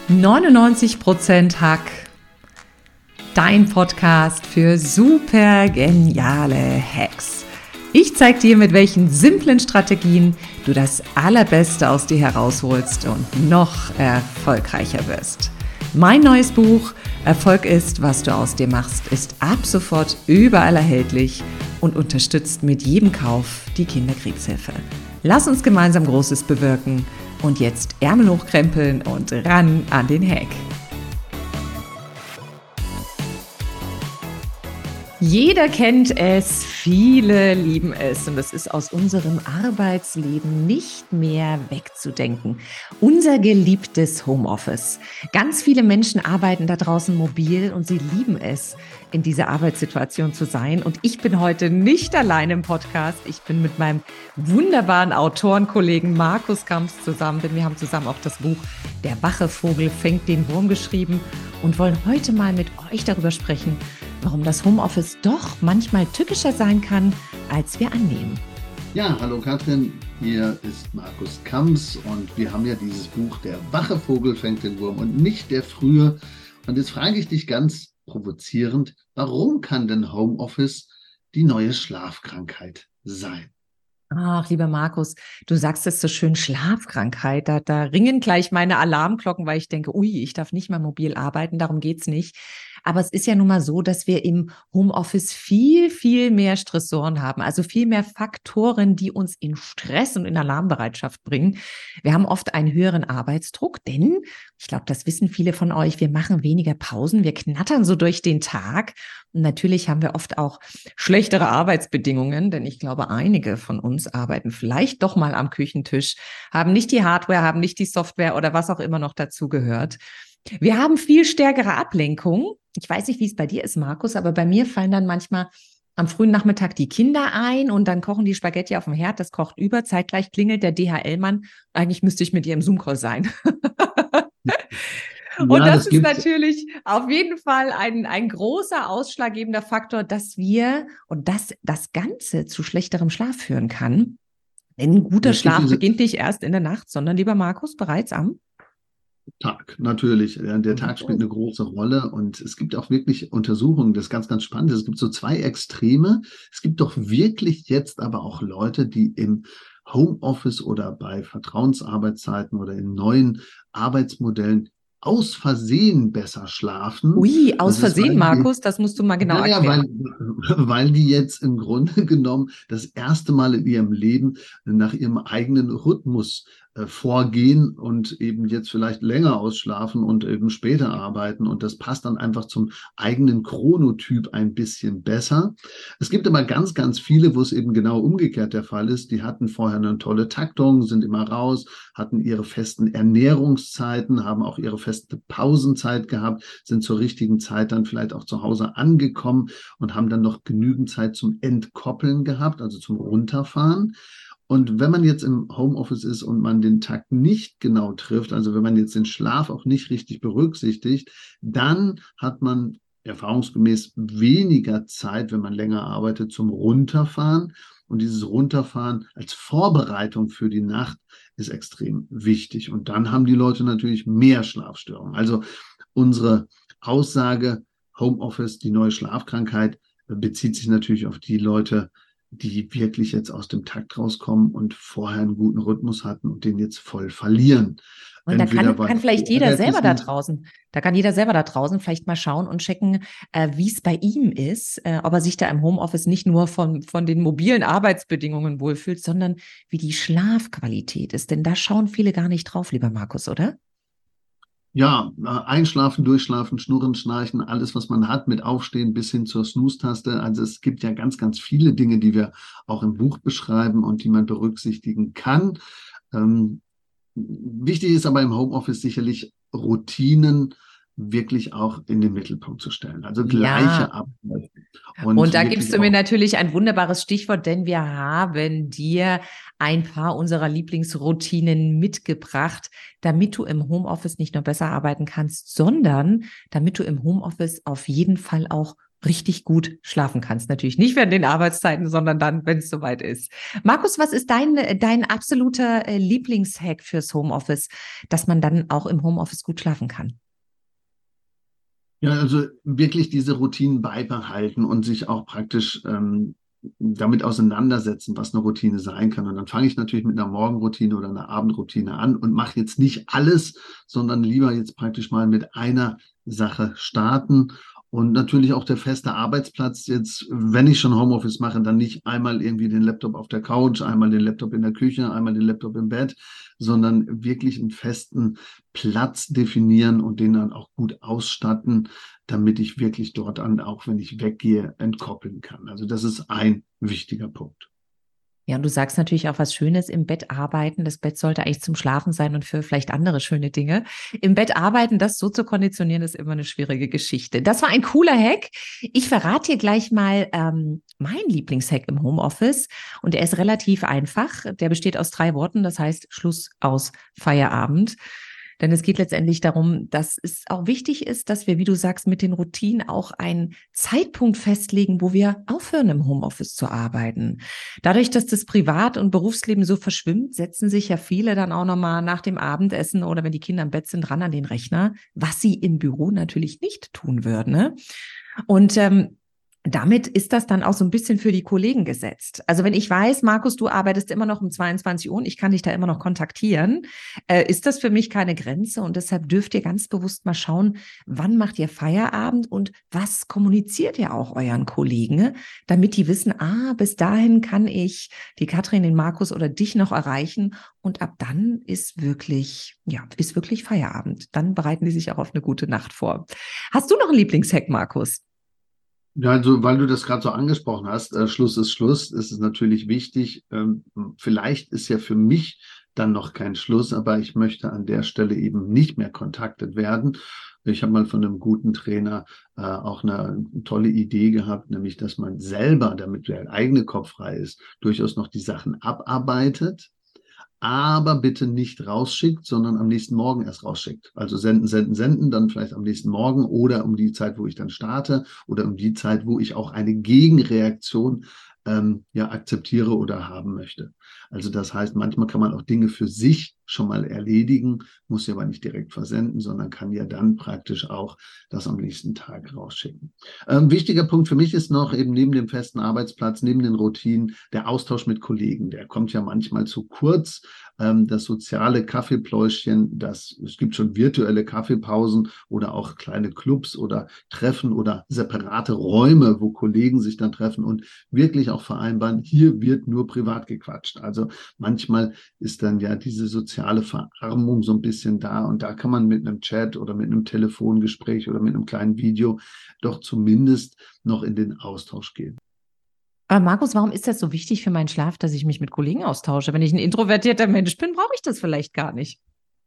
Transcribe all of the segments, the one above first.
99% Hack, dein Podcast für super geniale Hacks. Ich zeige dir, mit welchen simplen Strategien du das Allerbeste aus dir herausholst und noch erfolgreicher wirst. Mein neues Buch Erfolg ist, was du aus dir machst, ist ab sofort überall erhältlich und unterstützt mit jedem Kauf die Kinderkriegshilfe. Lass uns gemeinsam Großes bewirken und jetzt Ärmel hochkrempeln und ran an den Hack. Jeder kennt es, viele lieben es und es ist aus unserem Arbeitsleben nicht mehr wegzudenken. Unser geliebtes Homeoffice. Ganz viele Menschen arbeiten da draußen mobil und sie lieben es, in dieser Arbeitssituation zu sein. Und ich bin heute nicht allein im Podcast. Ich bin mit meinem wunderbaren Autorenkollegen Markus Kamps zusammen, denn wir haben zusammen auch das Buch Der wache Vogel fängt den Wurm geschrieben und wollen heute mal mit euch darüber sprechen, warum das Homeoffice doch manchmal tückischer sein kann, als wir annehmen. Ja, hallo Katrin, hier ist Markus Kamps und wir haben ja dieses Buch Der wache Vogel fängt den Wurm und nicht der frühe. Und jetzt frage ich dich ganz provozierend, warum kann denn Homeoffice die neue Schlafkrankheit sein? Ach, lieber Markus, du sagst es so schön, Schlafkrankheit, da ringen gleich meine Alarmglocken, weil ich denke, ui, ich darf nicht mehr mobil arbeiten, darum geht's nicht. Aber es ist ja nun mal so, dass wir im Homeoffice viel, viel mehr Stressoren haben, also viel mehr Faktoren, die uns in Stress und in Alarmbereitschaft bringen. Wir haben oft einen höheren Arbeitsdruck, denn, ich glaube, das wissen viele von euch, wir machen weniger Pausen, wir knattern so durch den Tag. Und natürlich haben wir oft auch schlechtere Arbeitsbedingungen, denn ich glaube, einige von uns arbeiten vielleicht doch mal am Küchentisch, haben nicht die Hardware, haben nicht die Software oder was auch immer noch dazu gehört. Wir haben viel stärkere Ablenkung. Ich weiß nicht, wie es bei dir ist, Markus, aber bei mir fallen dann manchmal am frühen Nachmittag die Kinder ein und dann kochen die Spaghetti auf dem Herd, das kocht über, zeitgleich klingelt der DHL-Mann. Eigentlich müsste ich mit ihr im Zoom-Call sein. Und Ja, das das ist gibt's. natürlich auf jeden Fall ein großer ausschlaggebender Faktor, dass wir und das Ganze zu schlechterem Schlaf führen kann. Denn ein guter Es gibt Schlaf diese beginnt nicht erst in der Nacht, sondern, lieber Markus, bereits am Tag, natürlich. Der Tag spielt eine große Rolle und es gibt auch wirklich Untersuchungen, das ist ganz, ganz spannend. Es gibt so zwei Extreme. Es gibt doch wirklich jetzt aber auch Leute, die im Homeoffice oder bei Vertrauensarbeitszeiten oder in neuen Arbeitsmodellen aus Versehen besser schlafen. Ui, aus Das ist, Versehen, weil die, Markus, das musst du mal genau naja, erklären. weil die jetzt im Grunde genommen das erste Mal in ihrem Leben nach ihrem eigenen Rhythmus vorgehen und eben jetzt vielleicht länger ausschlafen und eben später arbeiten. Und das passt dann einfach zum eigenen Chronotyp ein bisschen besser. Es gibt aber ganz, ganz viele, wo es eben genau umgekehrt der Fall ist. Die hatten vorher eine tolle Taktung, sind immer raus, hatten ihre festen Ernährungszeiten, haben auch ihre feste Pausenzeit gehabt, sind zur richtigen Zeit dann vielleicht auch zu Hause angekommen und haben dann noch genügend Zeit zum Entkoppeln gehabt, also zum Runterfahren. Und wenn man jetzt im Homeoffice ist und man den Takt nicht genau trifft, also wenn man jetzt den Schlaf auch nicht richtig berücksichtigt, dann hat man erfahrungsgemäß weniger Zeit, wenn man länger arbeitet, zum Runterfahren. Und dieses Runterfahren als Vorbereitung für die Nacht ist extrem wichtig. Und dann haben die Leute natürlich mehr Schlafstörungen. Also unsere Aussage, Homeoffice, die neue Schlafkrankheit, bezieht sich natürlich auf die Leute, die wirklich jetzt aus dem Takt rauskommen und vorher einen guten Rhythmus hatten und den jetzt voll verlieren. Und da Entweder kann weil vielleicht sie jeder verheiratet selber da sind. draußen, vielleicht mal schauen und checken, wie es bei ihm ist, ob er sich da im Homeoffice nicht nur von den mobilen Arbeitsbedingungen wohlfühlt, sondern wie die Schlafqualität ist. Denn da schauen viele gar nicht drauf, lieber Markus, oder? Ja, einschlafen, durchschlafen, schnurren, schnarchen, alles, was man hat, mit Aufstehen bis hin zur Snooze-Taste. Also es gibt ja ganz, ganz viele Dinge, die wir auch im Buch beschreiben und die man berücksichtigen kann. Wichtig ist aber im Homeoffice sicherlich Routinen wirklich auch in den Mittelpunkt zu stellen. Also Ja, gleiche Abläufe und und da gibst wirklich du mir auch, natürlich ein wunderbares Stichwort, denn wir haben dir ein paar unserer Lieblingsroutinen mitgebracht, damit du im Homeoffice nicht nur besser arbeiten kannst, sondern damit du im Homeoffice auf jeden Fall auch richtig gut schlafen kannst. Natürlich nicht während den Arbeitszeiten, sondern dann, wenn es soweit ist. Markus, was ist dein absoluter Lieblingshack fürs Homeoffice, dass man dann auch im Homeoffice gut schlafen kann? Ja, also wirklich diese Routinen beibehalten und sich auch praktisch damit auseinandersetzen, was eine Routine sein kann. Und dann fange ich natürlich mit einer Morgenroutine oder einer Abendroutine an und mache jetzt nicht alles, sondern lieber jetzt praktisch mal mit einer Sache starten. Und natürlich auch der feste Arbeitsplatz jetzt, wenn ich schon Homeoffice mache, dann nicht einmal irgendwie den Laptop auf der Couch, einmal den Laptop in der Küche, einmal den Laptop im Bett, sondern wirklich einen festen Platz definieren und den dann auch gut ausstatten, damit ich wirklich dort an, auch wenn ich weggehe, entkoppeln kann. Also das ist ein wichtiger Punkt. Ja, und du sagst natürlich auch was Schönes, im Bett arbeiten. Das Bett sollte eigentlich zum Schlafen sein und für vielleicht andere schöne Dinge. Im Bett arbeiten, das so zu konditionieren, ist immer eine schwierige Geschichte. Das war ein cooler Hack. Ich verrate dir gleich mal mein Lieblingshack im Homeoffice. Und der ist relativ einfach. Der besteht aus 3 Worten. Das heißt Schluss aus Feierabend. Denn es geht letztendlich darum, dass es auch wichtig ist, dass wir, wie du sagst, mit den Routinen auch einen Zeitpunkt festlegen, wo wir aufhören, im Homeoffice zu arbeiten. Dadurch, dass das Privat- und Berufsleben so verschwimmt, setzen sich ja viele dann auch nochmal nach dem Abendessen oder wenn die Kinder im Bett sind, ran an den Rechner, was sie im Büro natürlich nicht tun würden. Ne? Und damit ist das dann auch so ein bisschen für die Kollegen gesetzt. Also wenn ich weiß, Markus, du arbeitest immer noch um 22 Uhr und ich kann dich da immer noch kontaktieren, ist das für mich keine Grenze und deshalb dürft ihr ganz bewusst mal schauen, wann macht ihr Feierabend und was kommuniziert ihr auch euren Kollegen, ne? Damit die wissen, bis dahin kann ich die Katrin, den Markus oder dich noch erreichen und ab dann ist wirklich Feierabend. Dann bereiten die sich auch auf eine gute Nacht vor. Hast du noch einen Lieblingshack, Markus? Ja, also weil du das gerade so angesprochen hast, Schluss ist Schluss, ist es natürlich wichtig. Vielleicht ist ja für mich dann noch kein Schluss, aber ich möchte an der Stelle eben nicht mehr kontaktet werden. Ich habe mal von einem guten Trainer auch eine tolle Idee gehabt, nämlich dass man selber, damit der eigene Kopf frei ist, durchaus noch die Sachen abarbeitet, aber bitte nicht rausschickt, sondern am nächsten Morgen erst rausschickt. Also senden, senden, senden, dann vielleicht am nächsten Morgen oder um die Zeit, wo ich dann starte oder um die Zeit, wo ich auch eine Gegenreaktion ja akzeptiere oder haben möchte. Also das heißt, manchmal kann man auch Dinge für sich schon mal erledigen, muss sie aber nicht direkt versenden, sondern kann ja dann praktisch auch das am nächsten Tag rausschicken. Wichtiger Punkt für mich ist noch eben neben dem festen Arbeitsplatz, neben den Routinen, der Austausch mit Kollegen. Der kommt ja manchmal zu kurz. Das soziale Kaffeepläuschchen, es gibt schon virtuelle Kaffeepausen oder auch kleine Clubs oder Treffen oder separate Räume, wo Kollegen sich dann treffen und wirklich auch vereinbaren, hier wird nur privat gequatscht. Also manchmal ist dann ja diese soziale Verarmung so ein bisschen da und da kann man mit einem Chat oder mit einem Telefongespräch oder mit einem kleinen Video doch zumindest noch in den Austausch gehen. Aber Markus, warum ist das so wichtig für meinen Schlaf, dass ich mich mit Kollegen austausche? Wenn ich ein introvertierter Mensch bin, brauche ich das vielleicht gar nicht.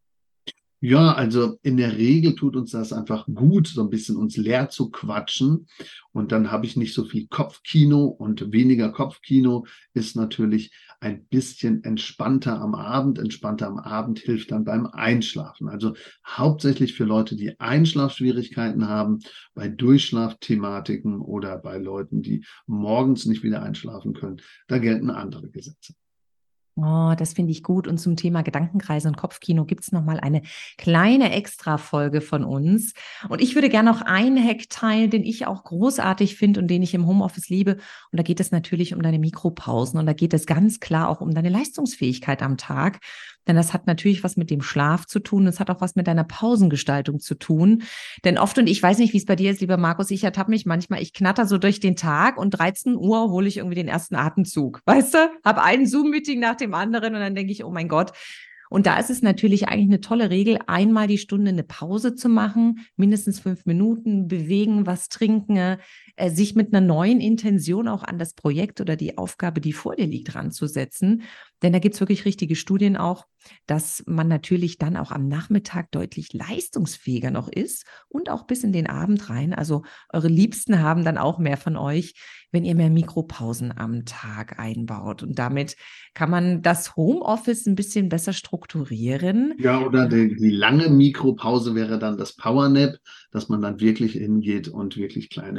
Ja, also in der Regel tut uns das einfach gut, so ein bisschen uns leer zu quatschen. Und dann habe ich nicht so viel Kopfkino und weniger Kopfkino ist natürlich ein bisschen entspannter am Abend. Entspannter am Abend hilft dann beim Einschlafen. Also hauptsächlich für Leute, die Einschlafschwierigkeiten haben, bei Durchschlafthematiken oder bei Leuten, die morgens nicht wieder einschlafen können. Da gelten andere Gesetze. Oh, das finde ich gut. Und zum Thema Gedankenkreise und Kopfkino gibt es nochmal eine kleine Extra-Folge von uns. Und ich würde gerne noch einen Hack teilen, den ich auch großartig finde und den ich im Homeoffice liebe. Und da geht es natürlich um deine Mikropausen. Und da geht es ganz klar auch um deine Leistungsfähigkeit am Tag. Denn das hat natürlich was mit dem Schlaf zu tun. Es hat auch was mit deiner Pausengestaltung zu tun. Denn oft, und ich weiß nicht, wie es bei dir ist, lieber Markus, ich ertappe mich manchmal, ich knatter so durch den Tag und 13 Uhr hole ich irgendwie den ersten Atemzug. Weißt du? Habe ein Zoom-Meeting nach dem anderen und dann denke ich, oh mein Gott. Und da ist es natürlich eigentlich eine tolle Regel, einmal die Stunde eine Pause zu machen, mindestens 5 Minuten, bewegen, was trinken, sich mit einer neuen Intention auch an das Projekt oder die Aufgabe, die vor dir liegt, ranzusetzen. Denn da gibt es wirklich richtige Studien auch, dass man natürlich dann auch am Nachmittag deutlich leistungsfähiger noch ist und auch bis in den Abend rein. Also eure Liebsten haben dann auch mehr von euch, wenn ihr mehr Mikropausen am Tag einbaut. Und damit kann man das Homeoffice ein bisschen besser strukturieren. Ja, oder die lange Mikropause wäre dann das Powernap, dass man dann wirklich hingeht und wirklich kleine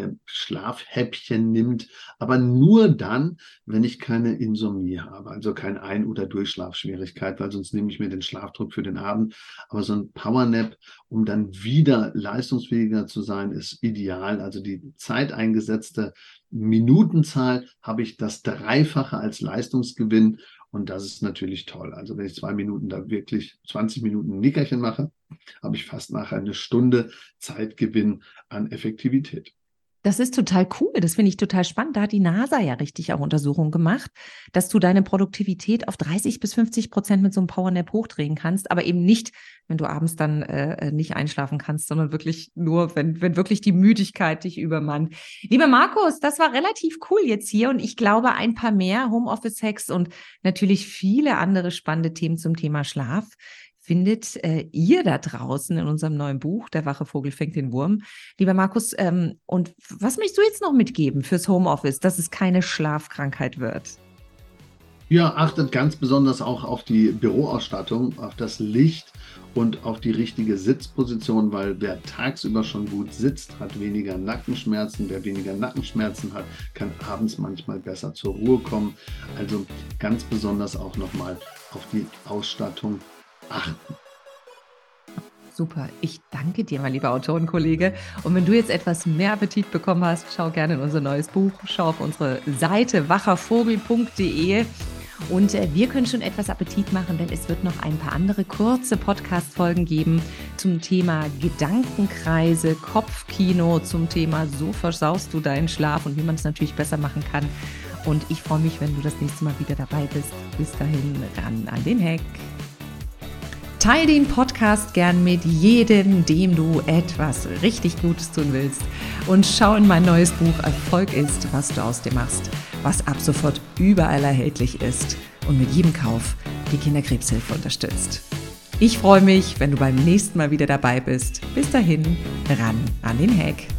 Schlafhäppchen nimmt, aber nur dann, wenn ich keine Insomnie habe, also keine Ein- oder Durchschlafschwierigkeit, weil sonst nehme ich mir den Schlafdruck für den Abend. Aber so ein Powernap, um dann wieder leistungsfähiger zu sein, ist ideal. Also die zeiteingesetzte Minutenzahl habe ich das Dreifache als Leistungsgewinn. Und das ist natürlich toll. Also wenn ich 2 Minuten da wirklich 20 Minuten ein Nickerchen mache, habe ich fast nachher eine Stunde Zeitgewinn an Effektivität. Das ist total cool. Das finde ich total spannend. Da hat die NASA ja richtig auch Untersuchungen gemacht, dass du deine Produktivität auf 30-50% mit so einem Powernap hochdrehen kannst, aber eben nicht, wenn du abends dann nicht einschlafen kannst, sondern wirklich nur, wenn wirklich die Müdigkeit dich übermannt. Lieber Markus, das war relativ cool jetzt hier und ich glaube, ein paar mehr Homeoffice-Hacks und natürlich viele andere spannende Themen zum Thema Schlaf findet ihr da draußen in unserem neuen Buch, Der wache Vogel fängt den Wurm. Lieber Markus, und was möchtest du jetzt noch mitgeben fürs Homeoffice, dass es keine Schlafkrankheit wird? Ja, achtet ganz besonders auch auf die Büroausstattung, auf das Licht und auf die richtige Sitzposition, weil wer tagsüber schon gut sitzt, hat weniger Nackenschmerzen. Wer weniger Nackenschmerzen hat, kann abends manchmal besser zur Ruhe kommen. Also ganz besonders auch nochmal auf die Ausstattung achten. Super, ich danke dir, mein lieber Autorenkollege. Und wenn du jetzt etwas mehr Appetit bekommen hast, schau gerne in unser neues Buch, schau auf unsere Seite wachervogel.de. Und wir können schon etwas Appetit machen, denn es wird noch ein paar andere kurze Podcast-Folgen geben zum Thema Gedankenkreise, Kopfkino, zum Thema so versaust du deinen Schlaf und wie man es natürlich besser machen kann. Und ich freue mich, wenn du das nächste Mal wieder dabei bist. Bis dahin, ran an den Hack. Teil den Podcast gern mit jedem, dem du etwas richtig Gutes tun willst. Und schau in mein neues Buch Erfolg ist, was du aus dir machst, was ab sofort überall erhältlich ist und mit jedem Kauf die Kinderkrebshilfe unterstützt. Ich freue mich, wenn du beim nächsten Mal wieder dabei bist. Bis dahin, ran an den Hack.